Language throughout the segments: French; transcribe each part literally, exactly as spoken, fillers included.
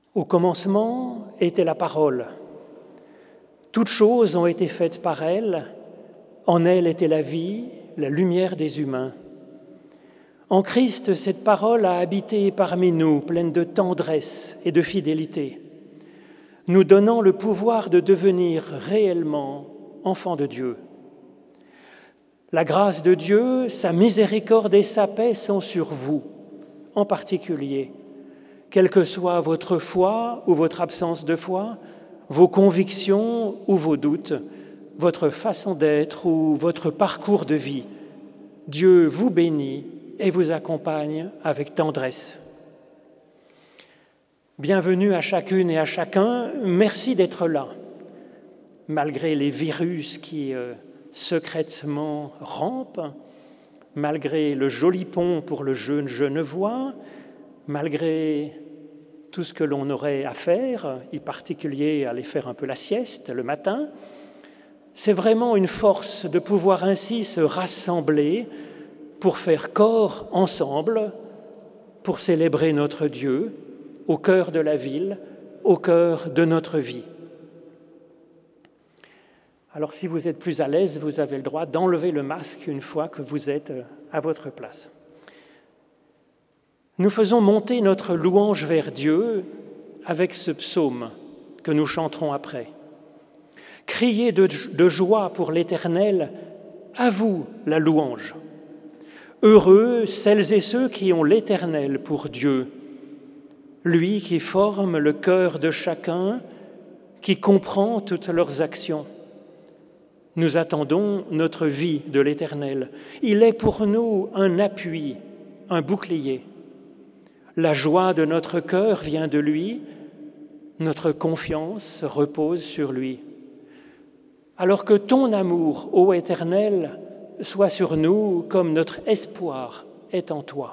Au commencement était la parole. Toutes choses ont été faites par elle. En elle était la vie, la lumière des humains. En Christ, cette parole a habité parmi nous, pleine de tendresse et de fidélité, nous donnant le pouvoir de devenir réellement enfants de Dieu. La grâce de Dieu, sa miséricorde et sa paix sont sur vous, en particulier, quelle que soit votre foi ou votre absence de foi, vos convictions ou vos doutes, votre façon d'être ou votre parcours de vie. Dieu vous bénit et vous accompagne avec tendresse. Bienvenue à chacune et à chacun, merci d'être là, malgré les virus qui euh, secrètement rampent, malgré le joli pont pour le jeune Genevois, malgré tout ce que l'on aurait à faire, en particulier aller faire un peu la sieste le matin. C'est vraiment une force de pouvoir ainsi se rassembler pour faire corps ensemble, pour célébrer notre Dieu au cœur de la ville, au cœur de notre vie. Alors si vous êtes plus à l'aise, vous avez le droit d'enlever le masque une fois que vous êtes à votre place. Nous faisons monter notre louange vers Dieu avec ce psaume que nous chanterons après. Criez de, de joie pour l'Éternel, à vous la louange. Heureux celles et ceux qui ont l'Éternel pour Dieu, lui qui forme le cœur de chacun, qui comprend toutes leurs actions. Nous attendons notre vie de l'Éternel. Il est pour nous un appui, un bouclier. La joie de notre cœur vient de lui, notre confiance repose sur lui. Alors que ton amour, ô Éternel, soit sur nous comme notre espoir est en toi.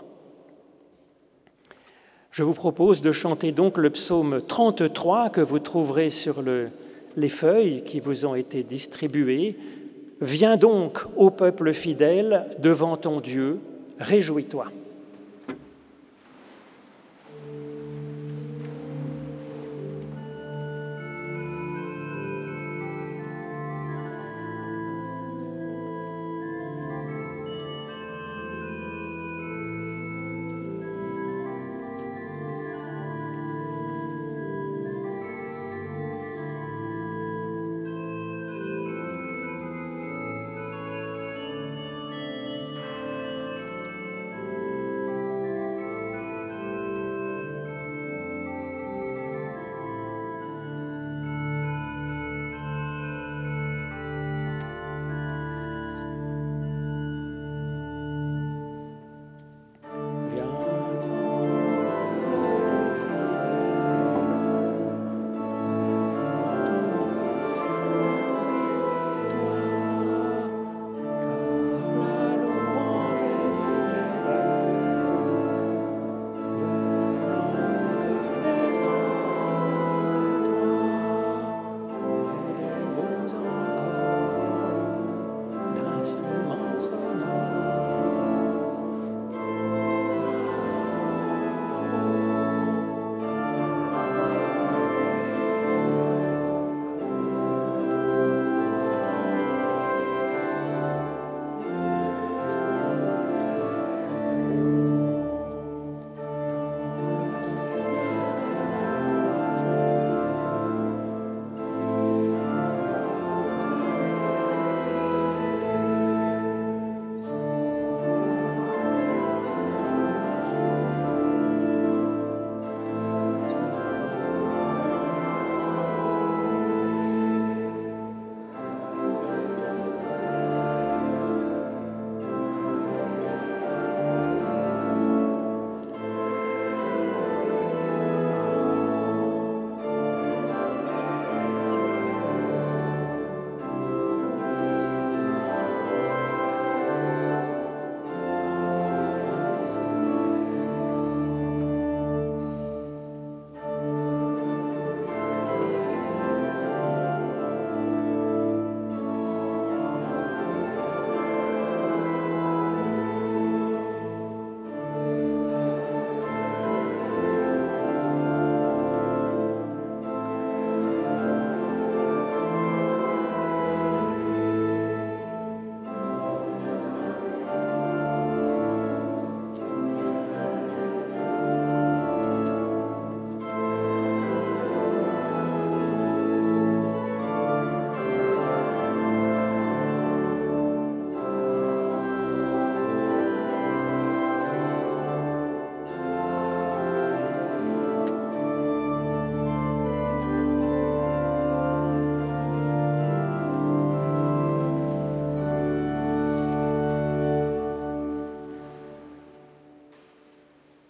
Je vous propose de chanter donc le psaume trente-trois que vous trouverez sur le, les feuilles qui vous ont été distribuées. Viens donc, ô peuple fidèle, devant ton Dieu, réjouis-toi.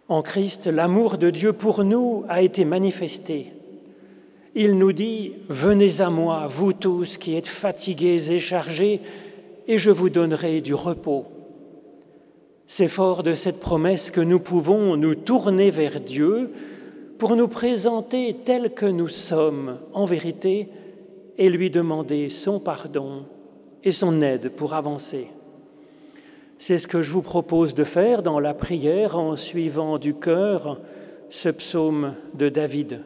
En Christ, l'amour de Dieu pour nous a été manifesté. Il nous dit « Venez à moi, vous tous qui êtes fatigués et chargés, et je vous donnerai du repos. » C'est fort de cette promesse que nous pouvons nous tourner vers Dieu pour nous présenter tels que nous sommes en vérité et lui demander son pardon et son aide pour avancer. C'est ce que je vous propose de faire dans la prière en suivant du cœur ce psaume de David.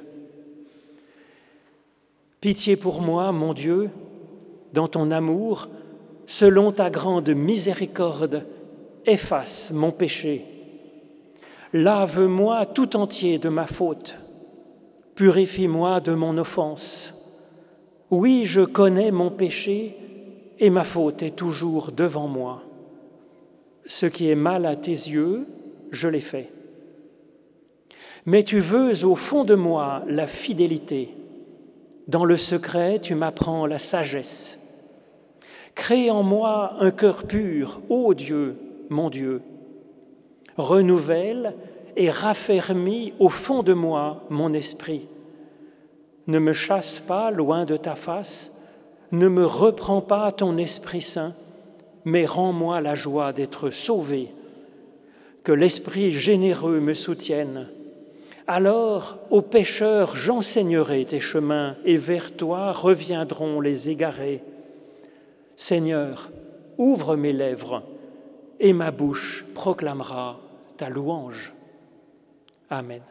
Pitié pour moi, mon Dieu, dans ton amour, selon ta grande miséricorde, efface mon péché. Lave-moi tout entier de ma faute. Purifie-moi de mon offense. Oui, je connais mon péché et ma faute est toujours devant moi. Ce qui est mal à tes yeux, je l'ai fait. Mais tu veux au fond de moi la fidélité. Dans le secret, tu m'apprends la sagesse. Crée en moi un cœur pur, ô Dieu, mon Dieu. Renouvelle et raffermis au fond de moi mon esprit. Ne me chasse pas loin de ta face, ne me reprends pas ton Esprit Saint, mais rends-moi la joie d'être sauvé. Que l'Esprit généreux me soutienne. Alors, aux pécheurs, j'enseignerai tes chemins, et vers toi reviendront les égarés. Seigneur, ouvre mes lèvres, et ma bouche proclamera ta louange. Amen.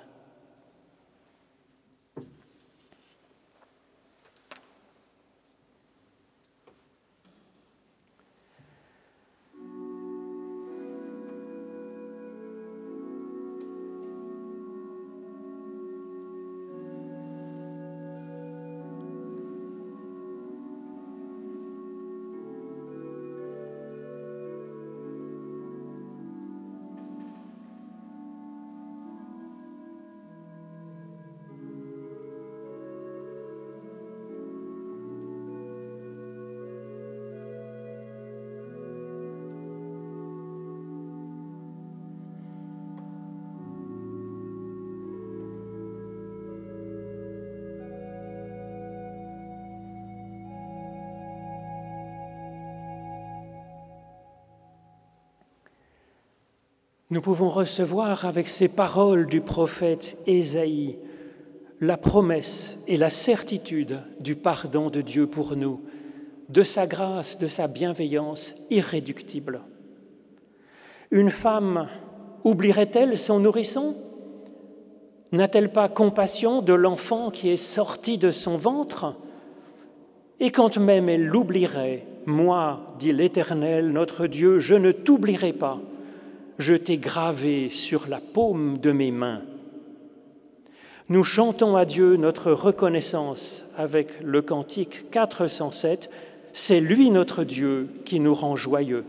Nous pouvons recevoir avec ces paroles du prophète Ésaïe la promesse et la certitude du pardon de Dieu pour nous, de sa grâce, de sa bienveillance irréductible. Une femme oublierait-elle son nourrisson? N'a-t-elle pas compassion de l'enfant qui est sorti de son ventre? Et quand même elle l'oublierait, moi, dit l'Éternel, notre Dieu, je ne t'oublierai pas. Je t'ai gravé sur la paume de mes mains. Nous chantons à Dieu notre reconnaissance avec le cantique quatre cent sept. C'est lui notre Dieu qui nous rend joyeux.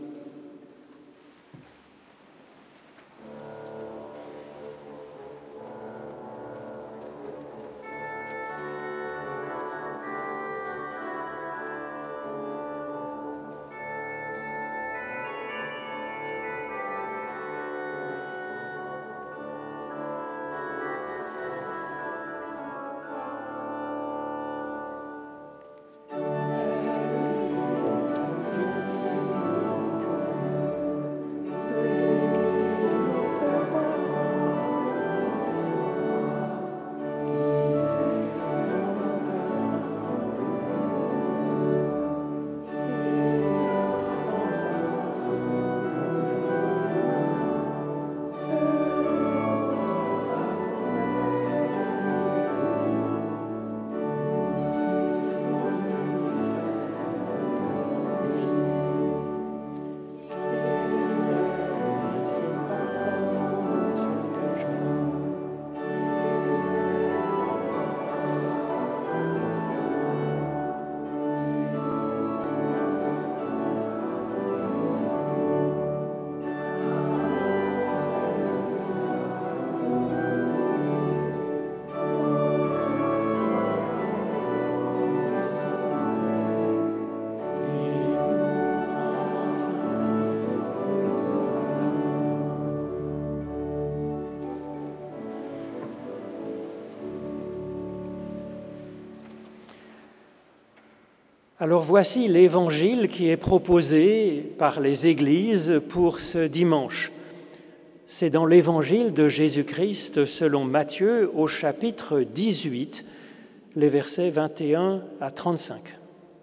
Alors voici l'évangile qui est proposé par les églises pour ce dimanche. C'est dans l'évangile de Jésus-Christ selon Matthieu au chapitre dix-huit, les versets vingt et un à trente-cinq.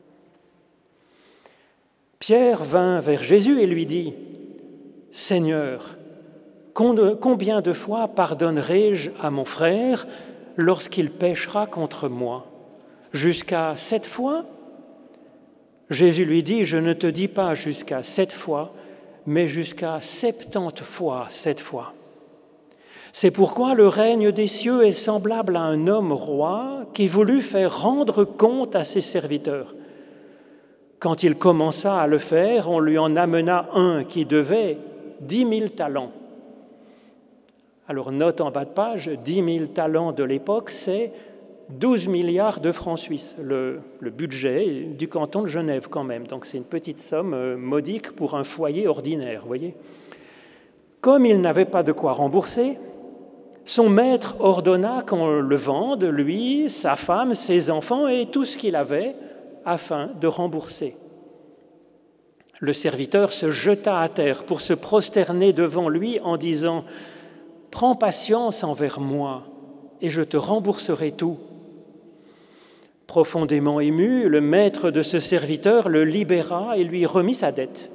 Pierre vint vers Jésus et lui dit : « Seigneur, combien de fois pardonnerai-je à mon frère lorsqu'il péchera contre moi ? Jusqu'à sept fois ? » Jésus lui dit : « Je ne te dis pas jusqu'à sept fois, mais jusqu'à septante fois sept fois. C'est pourquoi le règne des cieux est semblable à un homme roi qui voulut faire rendre compte à ses serviteurs. Quand il commença à le faire, on lui en amena un qui devait dix mille talents. » Alors note en bas de page, dix mille talents de l'époque, c'est douze milliards de francs suisses, le, le budget du canton de Genève quand même. Donc c'est une petite somme modique pour un foyer ordinaire, vous voyez. Comme il n'avait pas de quoi rembourser, son maître ordonna qu'on le vende, lui, sa femme, ses enfants et tout ce qu'il avait, afin de rembourser. Le serviteur se jeta à terre pour se prosterner devant lui en disant : « Prends patience envers moi, et je te rembourserai tout. » Profondément ému, le maître de ce serviteur le libéra et lui remit sa dette.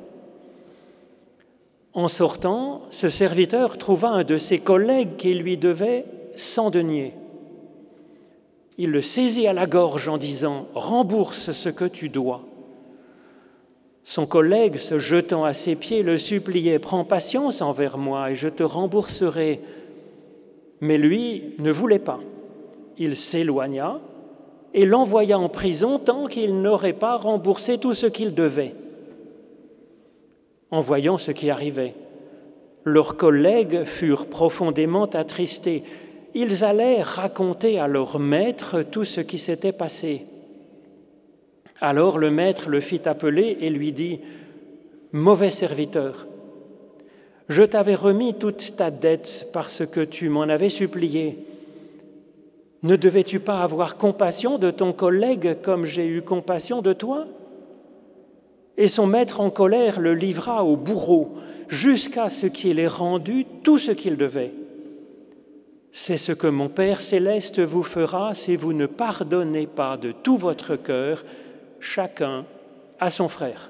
En sortant, ce serviteur trouva un de ses collègues qui lui devait cent deniers. Il le saisit à la gorge en disant : « Rembourse ce que tu dois. » Son collègue, se jetant à ses pieds, le suppliait : « Prends patience envers moi et je te rembourserai. » Mais lui ne voulait pas. Il s'éloigna et l'envoya en prison tant qu'il n'aurait pas remboursé tout ce qu'il devait. En voyant ce qui arrivait, leurs collègues furent profondément attristés. Ils allèrent raconter à leur maître tout ce qui s'était passé. Alors le maître le fit appeler et lui dit : « Mauvais serviteur, je t'avais remis toute ta dette parce que tu m'en avais supplié. Ne devais-tu pas avoir compassion de ton collègue comme j'ai eu compassion de toi ? » Et son maître en colère le livra au bourreau jusqu'à ce qu'il ait rendu tout ce qu'il devait. C'est ce que mon Père céleste vous fera si vous ne pardonnez pas de tout votre cœur chacun à son frère.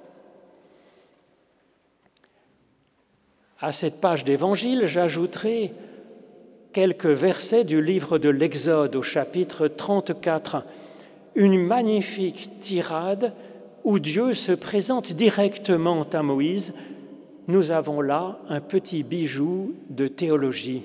À cette page d'évangile, j'ajouterai quelques versets du livre de l'Exode au chapitre trente-quatre, une magnifique tirade où Dieu se présente directement à Moïse. Nous avons là un petit bijou de théologie.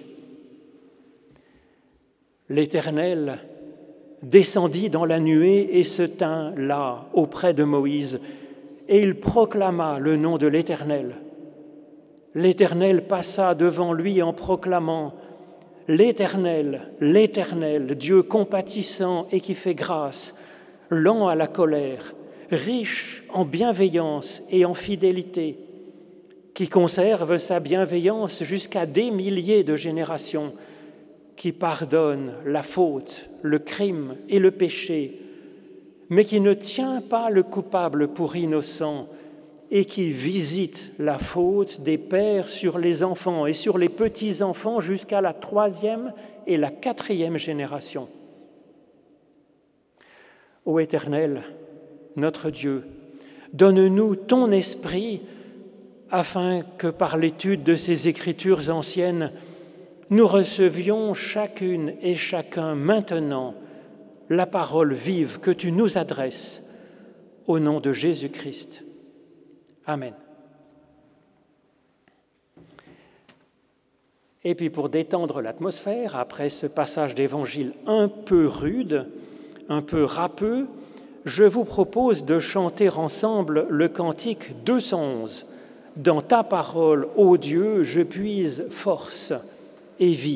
L'Éternel descendit dans la nuée et se tint là, auprès de Moïse, et il proclama le nom de l'Éternel. L'Éternel passa devant lui en proclamant : « L'Éternel, l'Éternel, Dieu compatissant et qui fait grâce, lent à la colère, riche en bienveillance et en fidélité, qui conserve sa bienveillance jusqu'à des milliers de générations, qui pardonne la faute, le crime et le péché, mais qui ne tient pas le coupable pour innocent et qui visite la faute des pères sur les enfants et sur les petits-enfants jusqu'à la troisième et la quatrième génération. Ô Éternel, notre Dieu, donne-nous ton esprit afin que par l'étude de ces Écritures anciennes, nous recevions chacune et chacun maintenant la parole vive que tu nous adresses au nom de Jésus-Christ. Amen. Et puis pour détendre l'atmosphère, après ce passage d'évangile un peu rude, un peu râpeux, je vous propose de chanter ensemble le cantique deux cent onze. « Dans ta parole, ô Dieu, je puise force et vie. »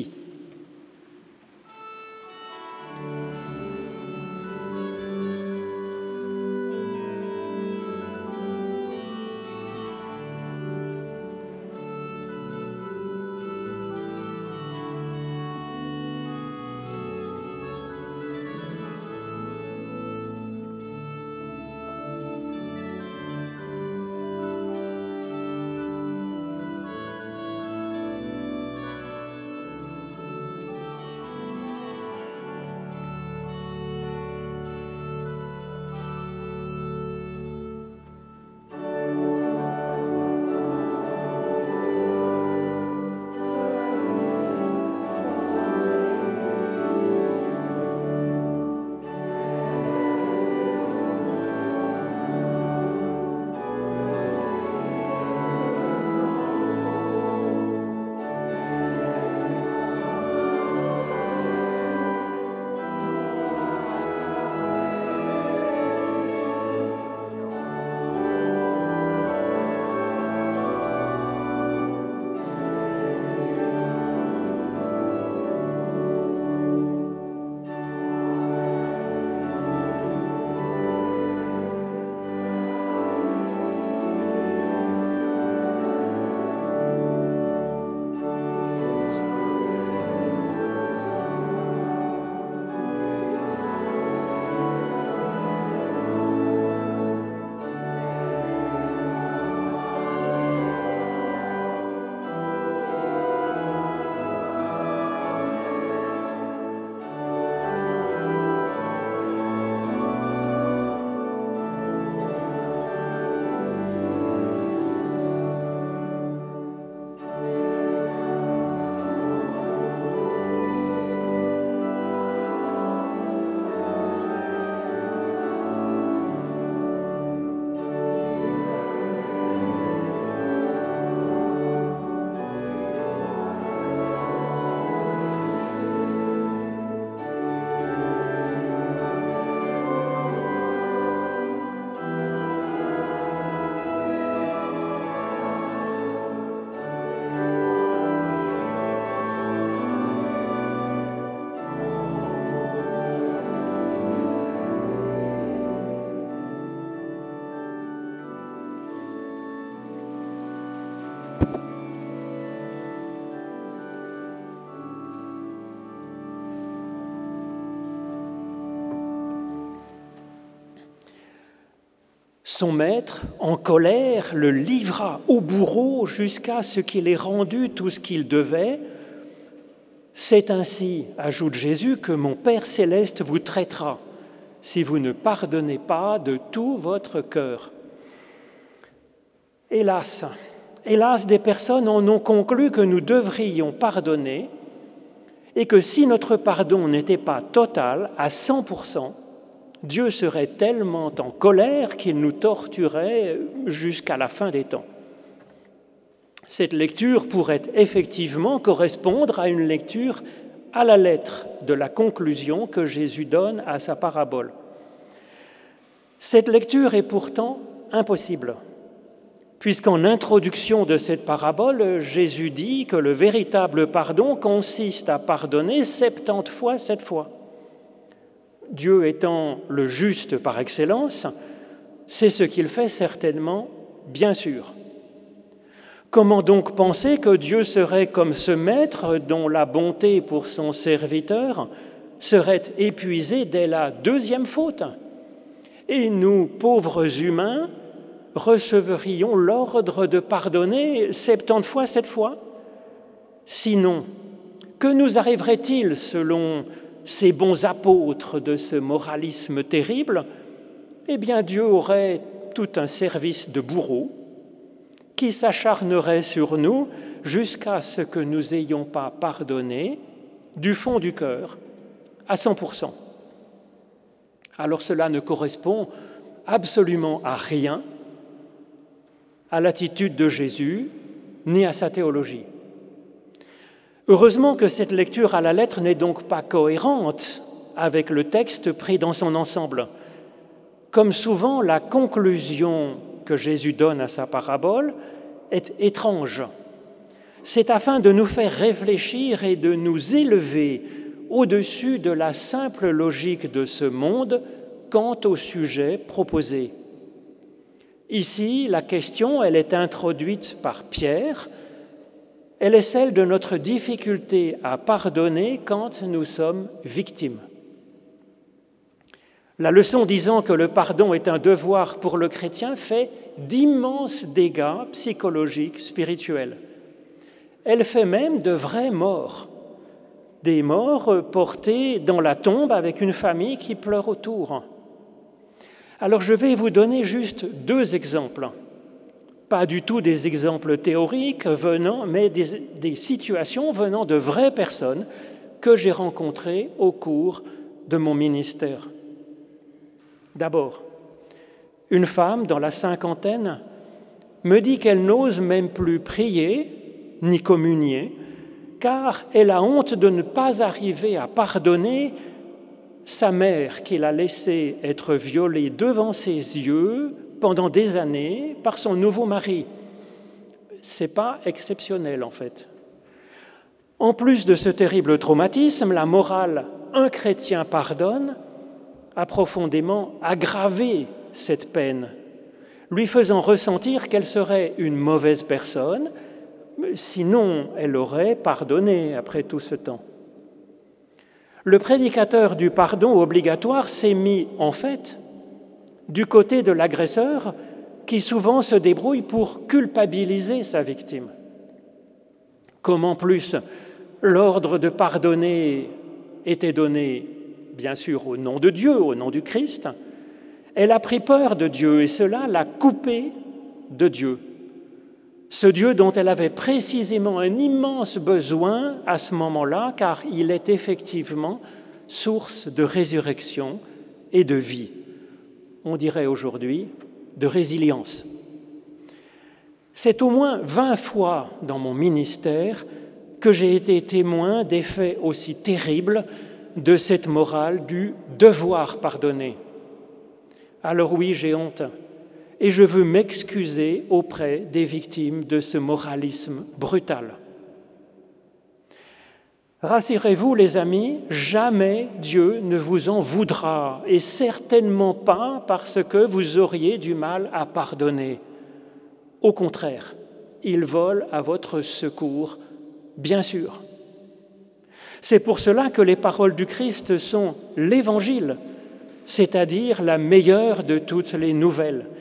Son maître, en colère, le livra au bourreau jusqu'à ce qu'il ait rendu tout ce qu'il devait. C'est ainsi, ajoute Jésus, que mon Père céleste vous traitera, si vous ne pardonnez pas de tout votre cœur. Hélas, hélas, des personnes en ont conclu que nous devrions pardonner et que si notre pardon n'était pas total, à cent pour cent, Dieu serait tellement en colère qu'il nous torturait jusqu'à la fin des temps. Cette lecture pourrait effectivement correspondre à une lecture à la lettre de la conclusion que Jésus donne à sa parabole. Cette lecture est pourtant impossible, puisqu'en introduction de cette parabole, Jésus dit que le véritable pardon consiste à pardonner septante fois sept fois. Dieu étant le juste par excellence, c'est ce qu'il fait certainement, bien sûr. Comment donc penser que Dieu serait comme ce maître dont la bonté pour son serviteur serait épuisée dès la deuxième faute? Et nous, pauvres humains, recevrions l'ordre de pardonner septante fois sept fois? Sinon, que nous arriverait-il selon ces bons apôtres de ce moralisme terrible? Eh bien, Dieu aurait tout un service de bourreaux qui s'acharnerait sur nous jusqu'à ce que nous n'ayons pas pardonné du fond du cœur à cent pour cent. Alors cela ne correspond absolument à rien à l'attitude de Jésus ni à sa théologie. Heureusement que cette lecture à la lettre n'est donc pas cohérente avec le texte pris dans son ensemble. Comme souvent, la conclusion que Jésus donne à sa parabole est étrange. C'est afin de nous faire réfléchir et de nous élever au-dessus de la simple logique de ce monde quant au sujet proposé. Ici, la question, elle est introduite par Pierre. Elle est celle de notre difficulté à pardonner quand nous sommes victimes. La leçon disant que le pardon est un devoir pour le chrétien fait d'immenses dégâts psychologiques, spirituels. Elle fait même de vraies morts, des morts portées dans la tombe avec une famille qui pleure autour. Alors je vais vous donner juste deux exemples, pas du tout des exemples théoriques venant, mais des, des situations venant de vraies personnes que j'ai rencontrées au cours de mon ministère. D'abord, une femme dans la cinquantaine me dit qu'elle n'ose même plus prier ni communier, car elle a honte de ne pas arriver à pardonner sa mère qui l'a laissée être violée devant ses yeux pendant des années par son nouveau mari. C'est pas exceptionnel en fait. En plus de ce terrible traumatisme, la morale « un chrétien pardonne » a profondément aggravé cette peine, lui faisant ressentir qu'elle serait une mauvaise personne, sinon elle aurait pardonné après tout ce temps. Le prédicateur du pardon obligatoire s'est mis, en fait, du côté de l'agresseur qui souvent se débrouille pour culpabiliser sa victime. Comme en plus l'ordre de pardonner était donné, bien sûr, au nom de Dieu, au nom du Christ, elle a pris peur de Dieu et cela l'a coupée de Dieu. Ce Dieu dont elle avait précisément un immense besoin à ce moment-là, car il est effectivement source de résurrection et de vie. On dirait aujourd'hui de résilience. C'est au moins vingt fois dans mon ministère que j'ai été témoin d'effets aussi terribles de cette morale du devoir pardonner. Alors oui, j'ai honte. Et je veux m'excuser auprès des victimes de ce moralisme brutal. Rassurez-vous, les amis, jamais Dieu ne vous en voudra, et certainement pas parce que vous auriez du mal à pardonner. Au contraire, il vole à votre secours, bien sûr. C'est pour cela que les paroles du Christ sont l'Évangile, c'est-à-dire la meilleure de toutes les nouvelles.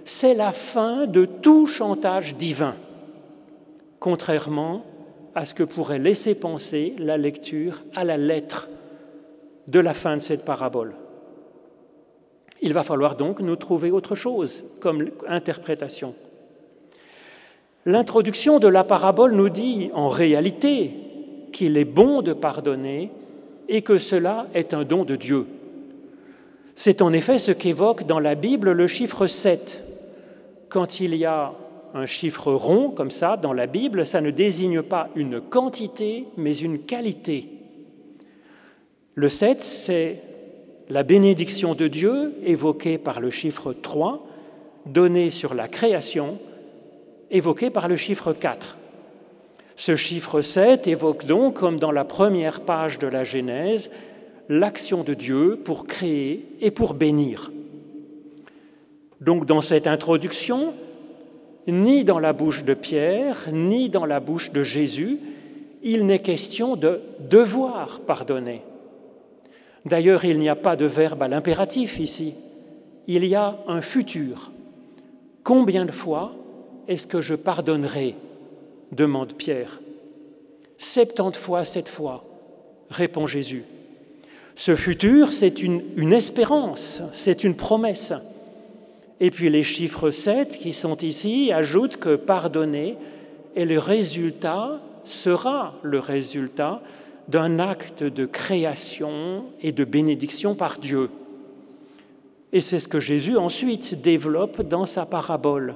C'est la fin de tout chantage divin, contrairement à ce que pourrait laisser penser la lecture à la lettre de la fin de cette parabole. Il va falloir donc nous trouver autre chose comme interprétation. L'introduction de la parabole nous dit en réalité qu'il est bon de pardonner et que cela est un don de Dieu. C'est en effet ce qu'évoque dans la Bible le chiffre sept. Quand il y a un chiffre rond comme ça dans la Bible, ça ne désigne pas une quantité, mais une qualité. Le sept, c'est la bénédiction de Dieu évoquée par le chiffre trois, donnée sur la création, évoquée par le chiffre quatre. Ce chiffre sept évoque donc, comme dans la première page de la Genèse, l'action de Dieu pour créer et pour bénir. Donc dans cette introduction, ni dans la bouche de Pierre, ni dans la bouche de Jésus, il n'est question de devoir pardonner. D'ailleurs, il n'y a pas de verbe à l'impératif ici. Il y a un futur. Combien de fois est-ce que je pardonnerai ? Demande Pierre. Septante fois, sept fois, répond Jésus. Ce futur, c'est une, une espérance, c'est une promesse. Et puis les chiffres sept qui sont ici ajoutent que pardonner est le résultat, sera le résultat d'un acte de création et de bénédiction par Dieu. Et c'est ce que Jésus ensuite développe dans sa parabole.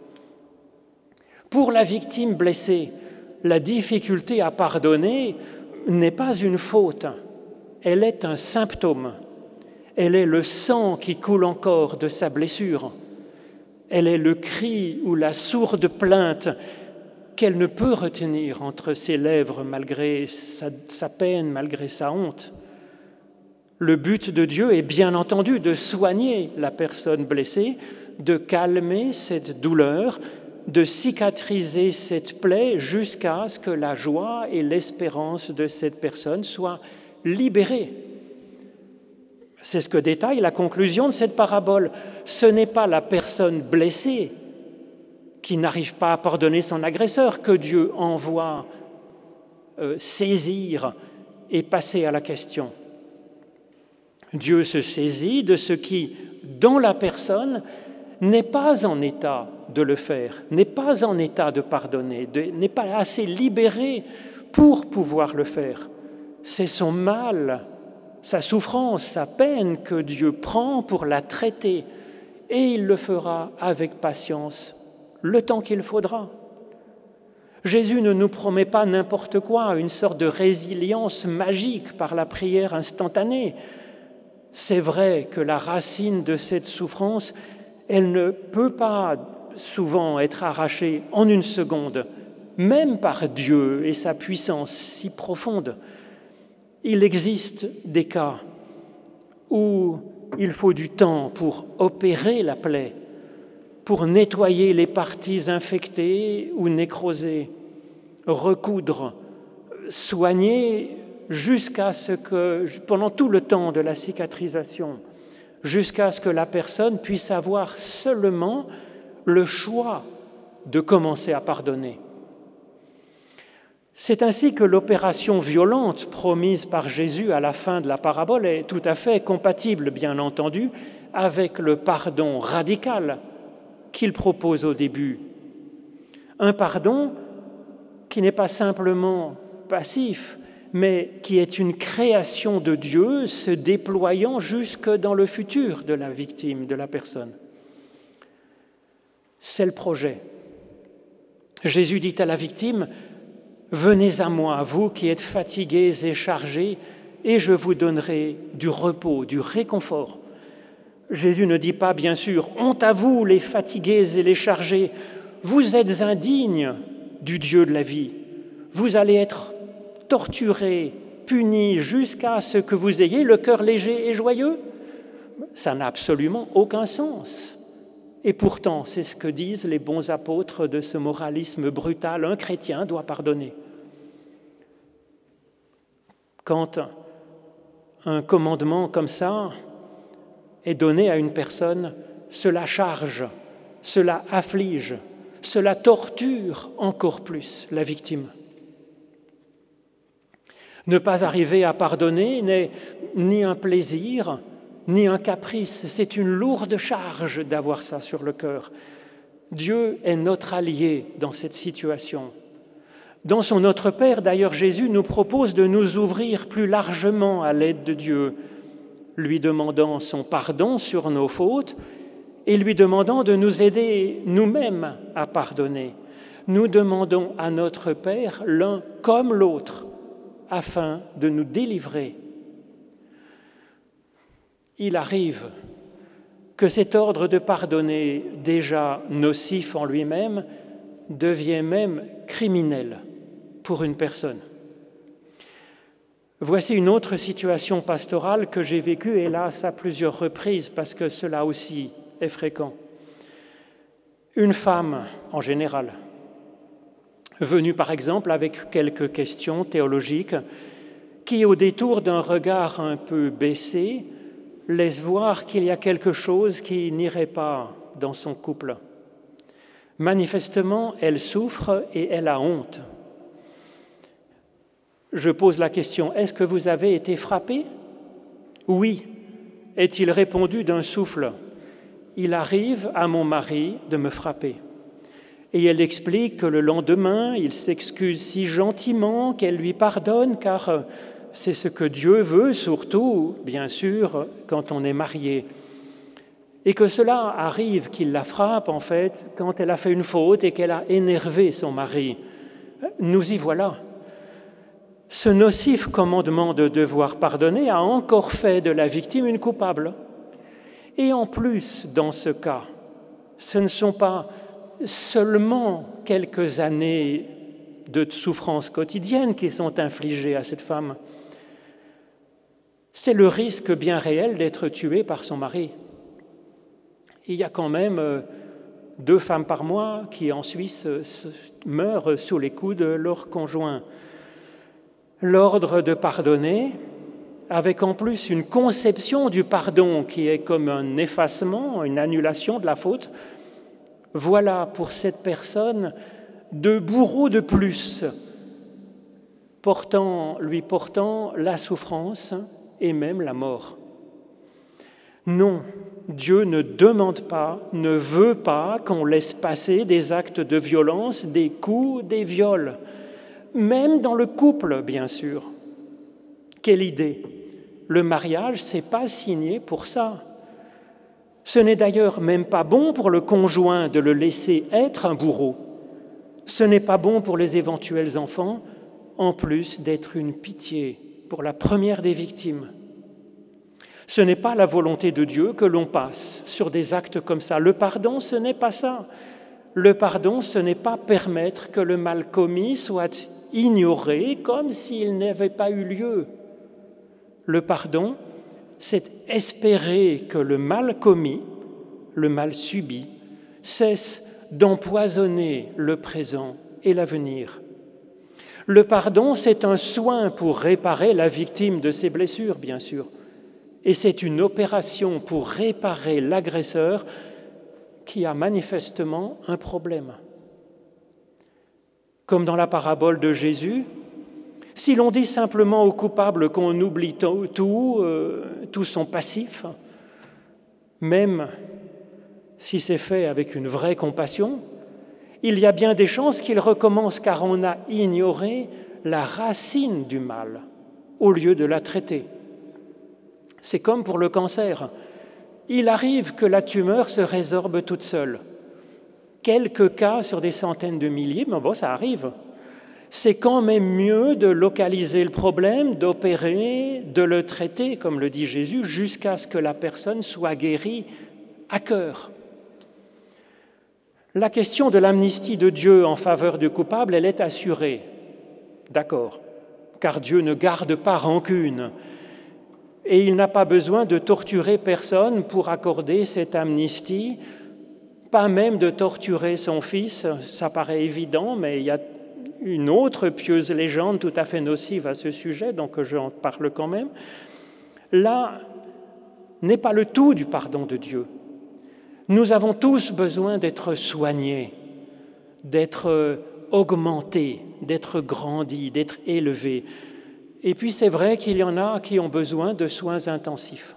Pour la victime blessée, la difficulté à pardonner n'est pas une faute, elle est un symptôme. Elle est le sang qui coule encore de sa blessure. Elle est le cri ou la sourde plainte qu'elle ne peut retenir entre ses lèvres malgré sa, sa peine, malgré sa honte. Le but de Dieu est bien entendu de soigner la personne blessée, de calmer cette douleur, de cicatriser cette plaie jusqu'à ce que la joie et l'espérance de cette personne soient libérées. C'est ce que détaille la conclusion de cette parabole. Ce n'est pas la personne blessée qui n'arrive pas à pardonner son agresseur que Dieu envoie euh, saisir et passer à la question. Dieu se saisit de ce qui, dans la personne, n'est pas en état de le faire, n'est pas en état de pardonner, de, n'est pas assez libéré pour pouvoir le faire. C'est son mal, sa souffrance, sa peine que Dieu prend pour la traiter, et il le fera avec patience le temps qu'il faudra. Jésus ne nous promet pas n'importe quoi, une sorte de résilience magique par la prière instantanée. C'est vrai que la racine de cette souffrance, elle ne peut pas souvent être arrachée en une seconde, même par Dieu et sa puissance si profonde. Il existe des cas où il faut du temps pour opérer la plaie, pour nettoyer les parties infectées ou nécrosées, recoudre, soigner jusqu'à ce que, pendant tout le temps de la cicatrisation, jusqu'à ce que la personne puisse avoir seulement le choix de commencer à pardonner. C'est ainsi que l'opération violente promise par Jésus à la fin de la parabole est tout à fait compatible, bien entendu, avec le pardon radical qu'il propose au début. Un pardon qui n'est pas simplement passif, mais qui est une création de Dieu se déployant jusque dans le futur de la victime, de la personne. C'est le projet. Jésus dit à la victime, « Venez à moi, vous qui êtes fatigués et chargés, et je vous donnerai du repos, du réconfort. » Jésus ne dit pas, bien sûr, « Honte à vous, les fatigués et les chargés, vous êtes indignes du Dieu de la vie. Vous allez être torturés, punis, jusqu'à ce que vous ayez le cœur léger et joyeux. » Ça n'a absolument aucun sens. Et pourtant, c'est ce que disent les bons apôtres de ce moralisme brutal. Un chrétien doit pardonner. Quand un commandement comme ça est donné à une personne, cela charge cela afflige, cela torture encore plus la victime. Ne pas arriver à pardonner n'est ni un plaisir, ni un caprice, c'est une lourde charge d'avoir ça sur le cœur. Dieu est notre allié dans cette situation. Dans son Notre Père, d'ailleurs, Jésus nous propose de nous ouvrir plus largement à l'aide de Dieu, lui demandant son pardon sur nos fautes et lui demandant de nous aider nous-mêmes à pardonner. Nous demandons à notre Père l'un comme l'autre afin de nous délivrer. Il arrive que cet ordre de pardonner, déjà nocif en lui-même, devient même criminel pour une personne. Voici une autre situation pastorale que j'ai vécue, hélas, à plusieurs reprises, parce que cela aussi est fréquent. Une femme, en général, venue par exemple avec quelques questions théologiques, qui, au détour d'un regard un peu baissé, laisse voir qu'il y a quelque chose qui n'irait pas dans son couple. Manifestement, elle souffre et elle a honte. Je pose la question, est-ce que vous avez été frappé ? Oui, est-il répondu d'un souffle. Il arrive à mon mari de me frapper. Et elle explique que le lendemain, il s'excuse si gentiment qu'elle lui pardonne, car c'est ce que Dieu veut, surtout, bien sûr, quand on est marié. Et que cela arrive qu'il la frappe, en fait, quand elle a fait une faute et qu'elle a énervé son mari. Nous y voilà. Ce nocif commandement de devoir pardonner a encore fait de la victime une coupable. Et en plus, dans ce cas, ce ne sont pas seulement quelques années de souffrance quotidienne qui sont infligées à cette femme. C'est le risque bien réel d'être tuée par son mari. Il y a quand même deux femmes par mois qui, en Suisse, meurent sous les coups de leur conjoint. L'ordre de pardonner, avec en plus une conception du pardon qui est comme un effacement, une annulation de la faute, voilà pour cette personne deux bourreaux de plus, portant, lui portant la souffrance et même la mort. Non, Dieu ne demande pas, ne veut pas qu'on laisse passer des actes de violence, des coups, des viols, même dans le couple, bien sûr. Quelle idée! Le mariage, ce n'est pas signé pour ça. Ce n'est d'ailleurs même pas bon pour le conjoint de le laisser être un bourreau. Ce n'est pas bon pour les éventuels enfants, en plus d'être une pitié pour la première des victimes. Ce n'est pas la volonté de Dieu que l'on passe sur des actes comme ça. Le pardon, ce n'est pas ça. Le pardon, ce n'est pas permettre que le mal commis soit ignoré comme s'il n'avait pas eu lieu. Le pardon, c'est espérer que le mal commis, le mal subi, cesse d'empoisonner le présent et l'avenir. Le pardon, c'est un soin pour réparer la victime de ses blessures, bien sûr. Et c'est une opération pour réparer l'agresseur qui a manifestement un problème. Comme dans la parabole de Jésus, si l'on dit simplement au coupable qu'on oublie tout, tout, euh, tout son passif, même si c'est fait avec une vraie compassion, il y a bien des chances qu'il recommence car on a ignoré la racine du mal au lieu de la traiter. C'est comme pour le cancer. Il arrive que la tumeur se résorbe toute seule. Quelques cas sur des centaines de milliers, mais bon, ça arrive. C'est quand même mieux de localiser le problème, d'opérer, de le traiter, comme le dit Jésus, jusqu'à ce que la personne soit guérie à cœur. La question de l'amnistie de Dieu en faveur du coupable, elle est assurée. D'accord, car Dieu ne garde pas rancune. Et il n'a pas besoin de torturer personne pour accorder cette amnistie, pas même de torturer son fils, ça paraît évident, mais il y a une autre pieuse légende tout à fait nocive à ce sujet, donc j'en parle quand même. Là n'est pas le tout du pardon de Dieu. Nous avons tous besoin d'être soignés, d'être augmentés, d'être grandis, d'être élevés. Et puis c'est vrai qu'il y en a qui ont besoin de soins intensifs.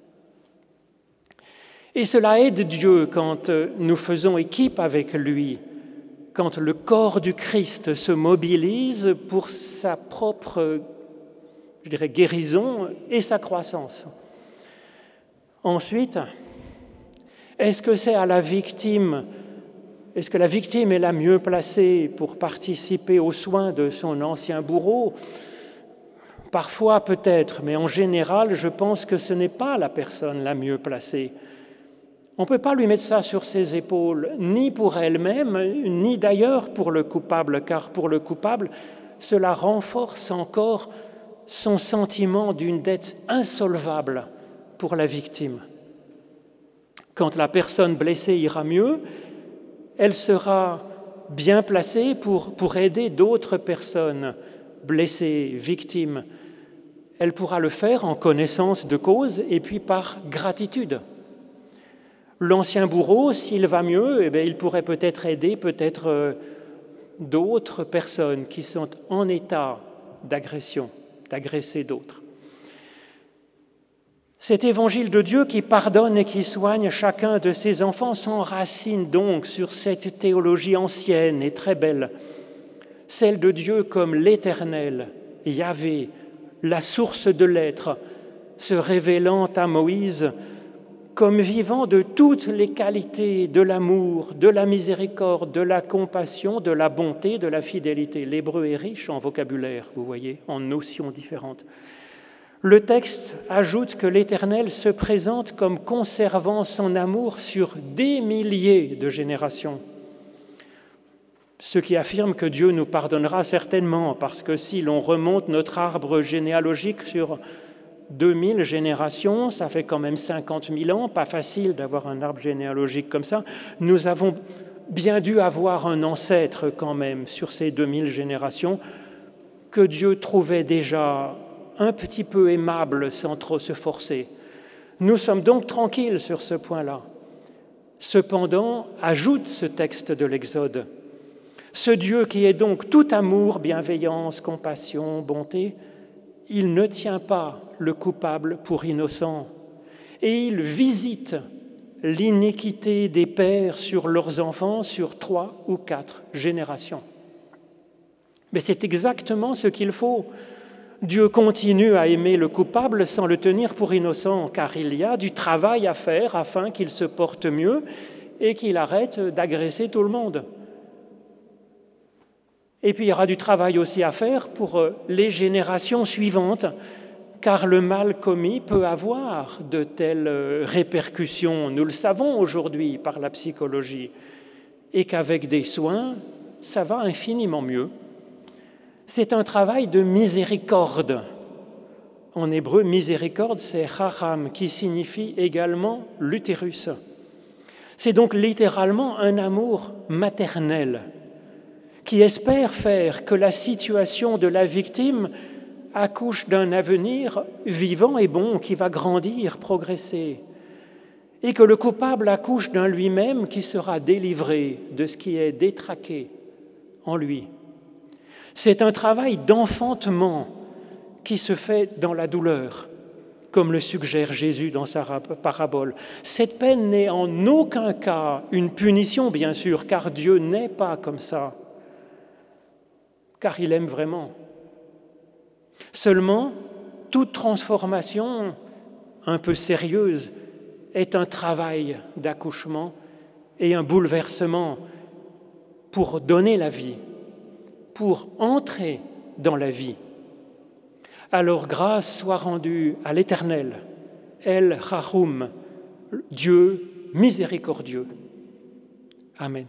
Et cela aide Dieu quand nous faisons équipe avec lui, quand le corps du Christ se mobilise pour sa propre, je dirais, guérison et sa croissance. Ensuite, est-ce que c'est à la victime, est-ce que la victime est la mieux placée pour participer aux soins de son ancien bourreau ? Parfois peut-être, mais en général, je pense que ce n'est pas la personne la mieux placée. On ne peut pas lui mettre ça sur ses épaules, ni pour elle-même, ni d'ailleurs pour le coupable, car pour le coupable, cela renforce encore son sentiment d'une dette insolvable pour la victime. Quand la personne blessée ira mieux, elle sera bien placée pour, pour aider d'autres personnes blessées, victimes. Elle pourra le faire en connaissance de cause et puis par gratitude. L'ancien bourreau, s'il va mieux, eh bien, il pourrait peut-être aider peut-être euh, d'autres personnes qui sont en état d'agression, d'agresser d'autres. Cet évangile de Dieu qui pardonne et qui soigne chacun de ses enfants s'enracine donc sur cette théologie ancienne et très belle, celle de Dieu comme l'Éternel, Yahvé, la source de l'être, se révélant à Moïse comme vivant de toutes les qualités de l'amour, de la miséricorde, de la compassion, de la bonté, de la fidélité. L'hébreu est riche en vocabulaire, vous voyez, en notions différentes. Le texte ajoute que l'Éternel se présente comme conservant son amour sur des milliers de générations. Ce qui affirme que Dieu nous pardonnera certainement, parce que si l'on remonte notre arbre généalogique sur deux mille générations, ça fait quand même cinquante mille ans, pas facile d'avoir un arbre généalogique comme ça. Nous avons bien dû avoir un ancêtre quand même sur ces deux mille générations que Dieu trouvait déjà un petit peu aimable sans trop se forcer. Nous sommes donc tranquilles sur ce point-là. Cependant, ajoute ce texte de l'Exode, ce Dieu qui est donc tout amour, bienveillance, compassion, bonté, il ne tient pas le coupable pour innocent et il visite l'iniquité des pères sur leurs enfants sur trois ou quatre générations. Mais c'est exactement ce qu'il faut. Dieu continue à aimer le coupable sans le tenir pour innocent, car il y a du travail à faire afin qu'il se porte mieux et qu'il arrête d'agresser tout le monde. Et puis il y aura du travail aussi à faire pour les générations suivantes, car le mal commis peut avoir de telles répercussions, nous le savons aujourd'hui par la psychologie, et qu'avec des soins, ça va infiniment mieux. C'est un travail de miséricorde. En hébreu, miséricorde, c'est chacham, qui signifie également l'utérus. C'est donc littéralement un amour maternel qui espère faire que la situation de la victime accouche d'un avenir vivant et bon qui va grandir, progresser, et que le coupable accouche d'un lui-même qui sera délivré de ce qui est détraqué en lui. C'est un travail d'enfantement qui se fait dans la douleur, comme le suggère Jésus dans sa parabole. Cette peine n'est en aucun cas une punition, bien sûr, car Dieu n'est pas comme ça, car il aime vraiment. Seulement, toute transformation un peu sérieuse est un travail d'accouchement et un bouleversement pour donner la vie, pour entrer dans la vie. Alors grâce soit rendue à l'Éternel, El Chachum, Dieu miséricordieux. Amen.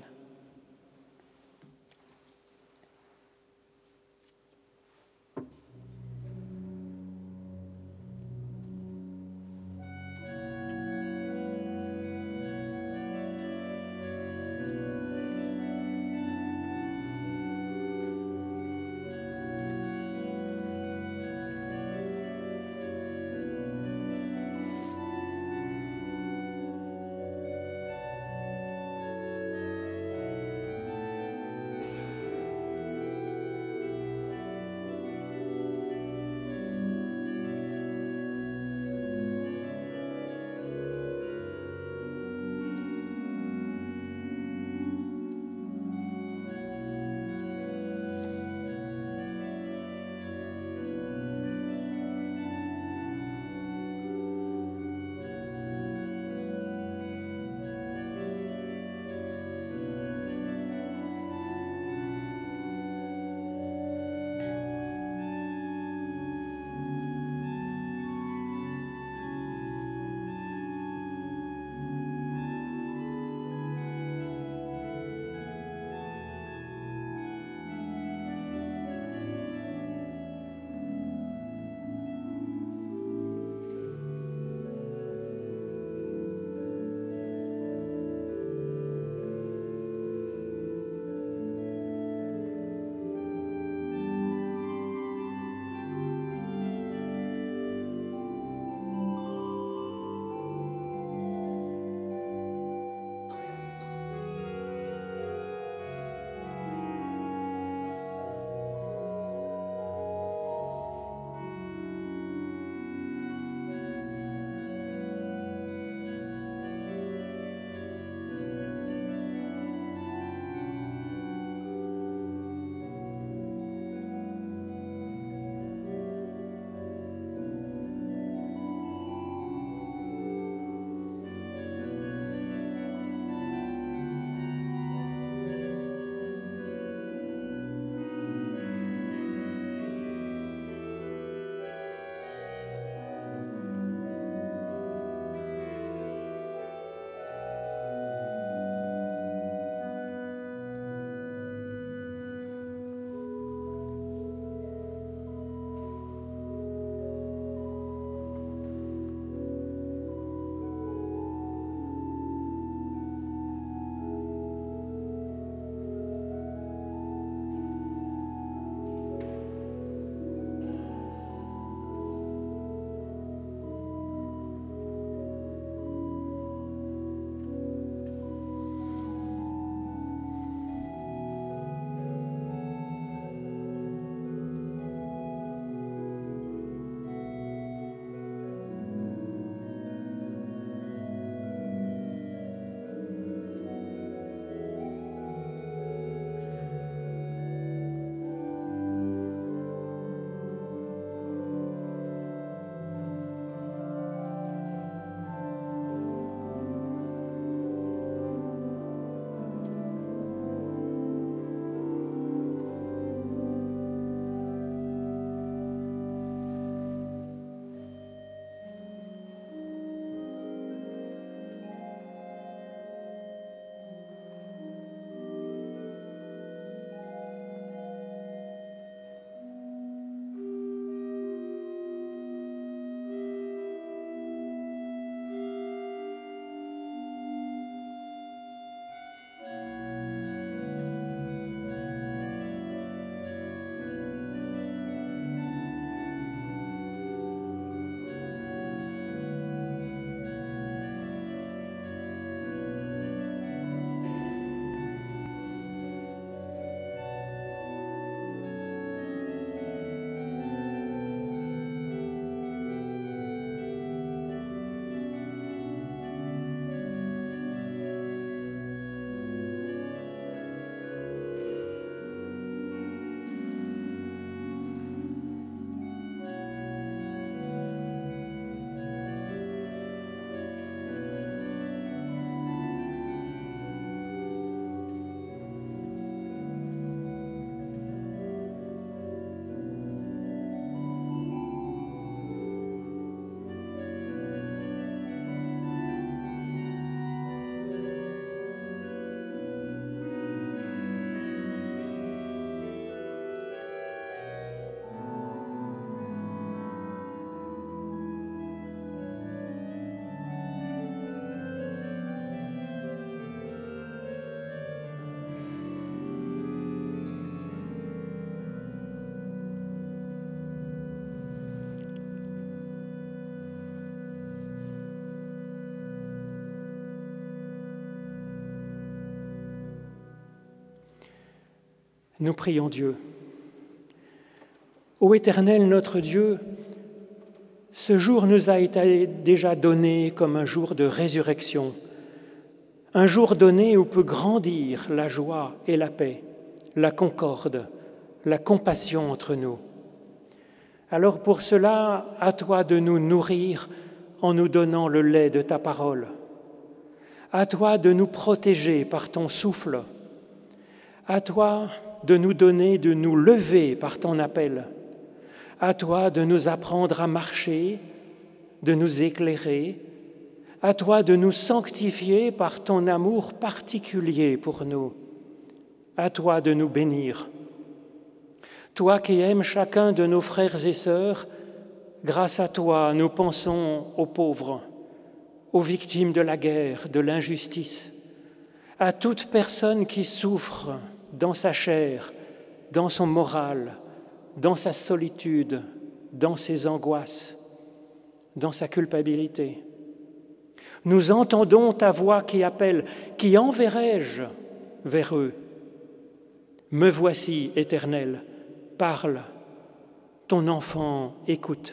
Nous prions Dieu. Ô Éternel, notre Dieu, ce jour nous a été déjà donné comme un jour de résurrection, un jour donné où peut grandir la joie et la paix, la concorde, la compassion entre nous. Alors pour cela, à toi de nous nourrir en nous donnant le lait de ta parole, à toi de nous protéger par ton souffle, à toi de nous donner, de nous lever par ton appel, à toi de nous apprendre à marcher, de nous éclairer, à toi de nous sanctifier par ton amour particulier pour nous, à toi de nous bénir. Toi qui aimes chacun de nos frères et sœurs, grâce à toi, nous pensons aux pauvres, aux victimes de la guerre, de l'injustice, à toute personne qui souffre dans sa chair, dans son moral, dans sa solitude, dans ses angoisses, dans sa culpabilité. Nous entendons ta voix qui appelle, qui enverrai-je vers eux? Me voici, Éternel, parle, ton enfant écoute.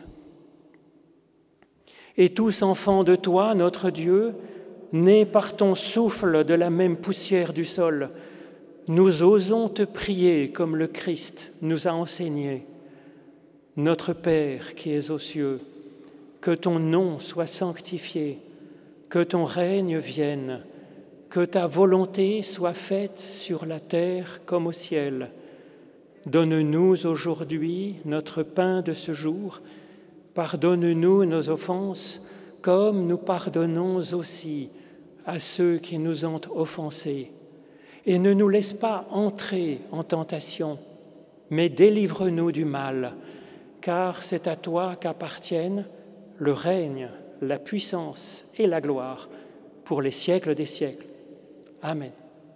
Et tous enfants de toi, notre Dieu, nés par ton souffle de la même poussière du sol, nous osons te prier comme le Christ nous a enseigné. Notre Père qui es aux cieux, que ton nom soit sanctifié, que ton règne vienne, que ta volonté soit faite sur la terre comme au ciel. Donne-nous aujourd'hui notre pain de ce jour. Pardonne-nous nos offenses, comme nous pardonnons aussi à ceux qui nous ont offensés. Et ne nous laisse pas entrer en tentation, mais délivre-nous du mal, car c'est à toi qu'appartiennent le règne, la puissance et la gloire pour les siècles des siècles. Amen.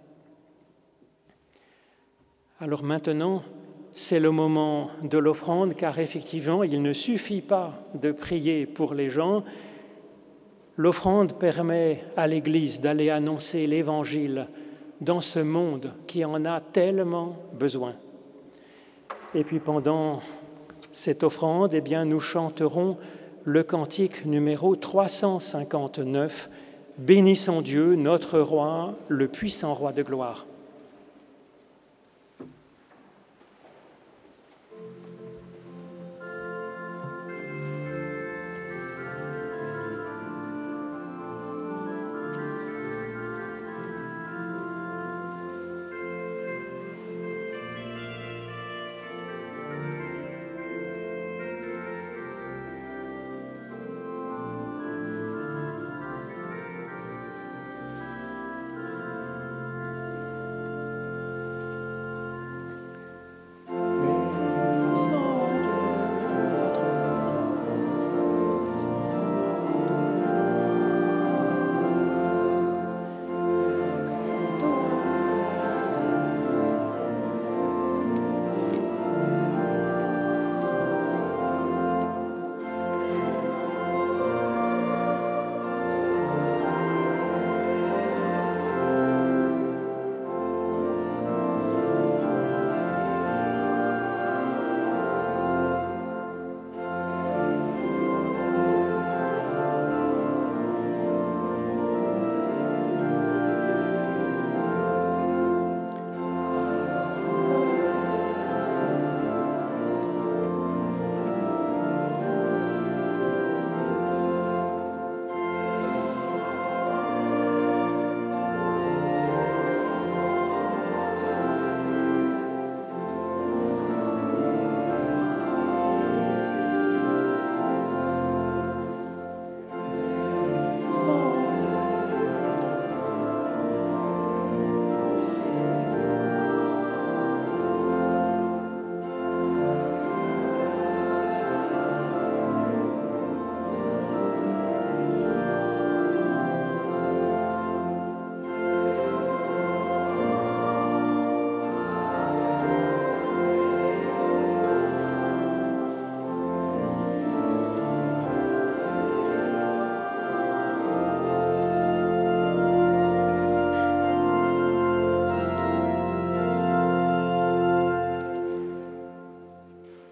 Alors maintenant, c'est le moment de l'offrande, car effectivement, il ne suffit pas de prier pour les gens. L'offrande permet à l'Église d'aller annoncer l'Évangile dans ce monde qui en a tellement besoin. Et puis pendant cette offrande, eh bien, nous chanterons le cantique numéro trois cent cinquante-neuf, « Bénissons Dieu, notre roi, le puissant roi de gloire ».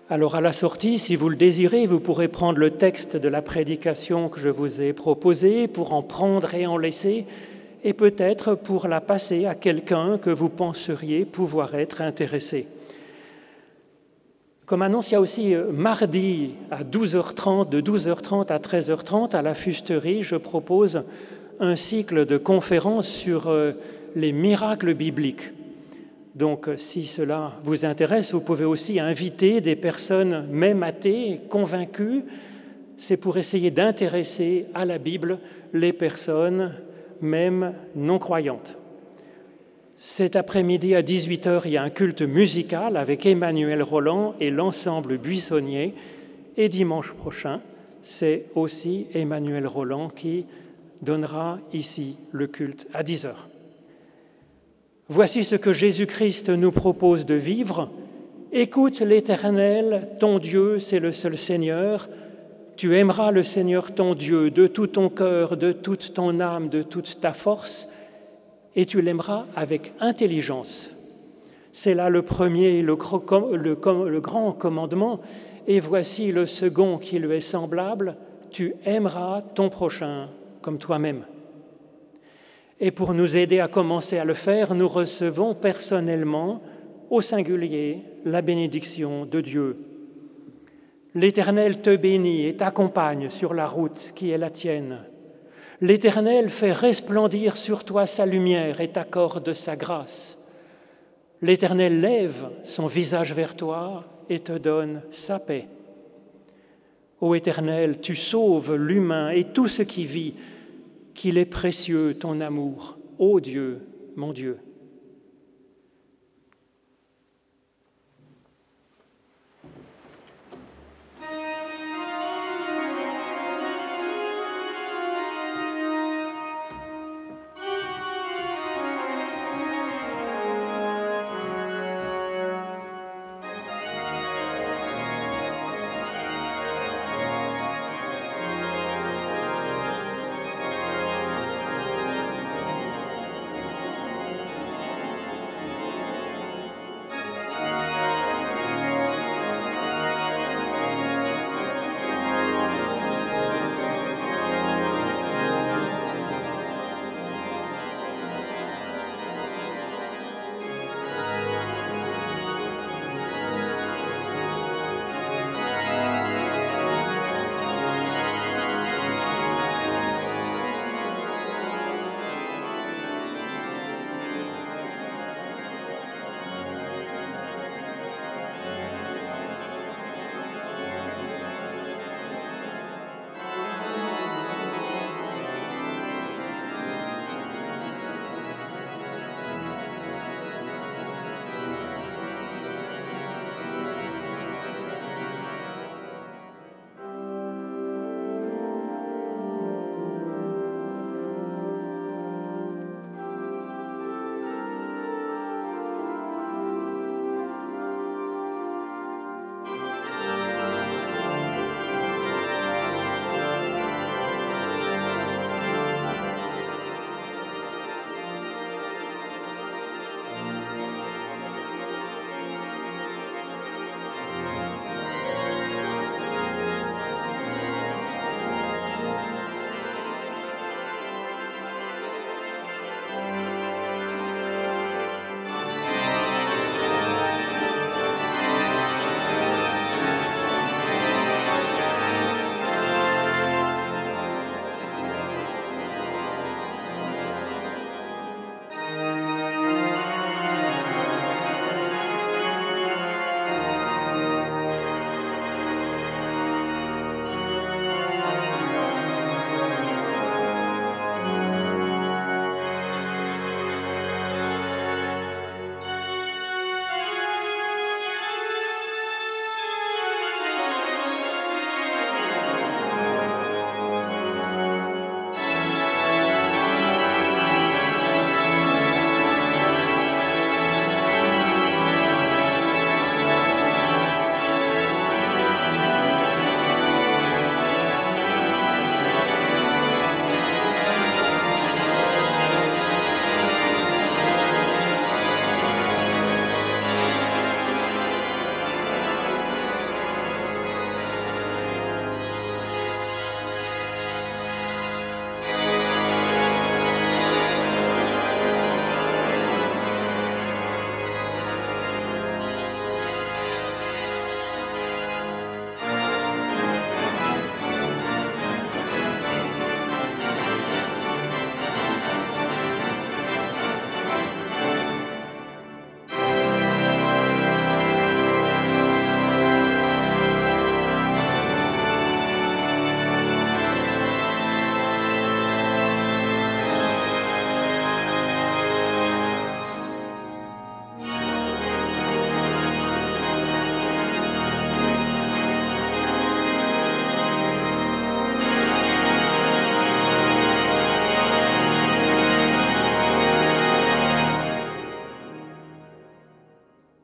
Alors à la sortie, si vous le désirez, vous pourrez prendre le texte de la prédication que je vous ai proposée pour en prendre et en laisser, et peut-être pour la passer à quelqu'un que vous penseriez pouvoir être intéressé. Comme annonce, il y a aussi mardi à douze heures trente, de douze heures trente à treize heures trente, à la Fusterie, je propose un cycle de conférences sur les miracles bibliques. Donc, si cela vous intéresse, vous pouvez aussi inviter des personnes, même athées, convaincues. C'est pour essayer d'intéresser à la Bible les personnes, même non-croyantes. Cet après-midi à dix-huit heures, il y a un culte musical avec Emmanuel Roland et l'ensemble buissonnier. Et dimanche prochain, c'est aussi Emmanuel Roland qui donnera ici le culte à dix heures. Voici ce que Jésus-Christ nous propose de vivre. Écoute l'Éternel, ton Dieu, c'est le seul Seigneur. Tu aimeras le Seigneur ton Dieu de tout ton cœur, de toute ton âme, de toute ta force, et tu l'aimeras avec intelligence. C'est là le premier, le, le, le grand commandement, et voici le second qui lui est semblable, tu aimeras ton prochain comme toi-même. Et pour nous aider à commencer à le faire, nous recevons personnellement, au singulier, la bénédiction de Dieu. L'Éternel te bénit et t'accompagne sur la route qui est la tienne. L'Éternel fait resplendir sur toi sa lumière et t'accorde sa grâce. L'Éternel lève son visage vers toi et te donne sa paix. Ô Éternel, tu sauves l'humain et tout ce qui vit, qu'il est précieux ton amour, ô Dieu, mon Dieu.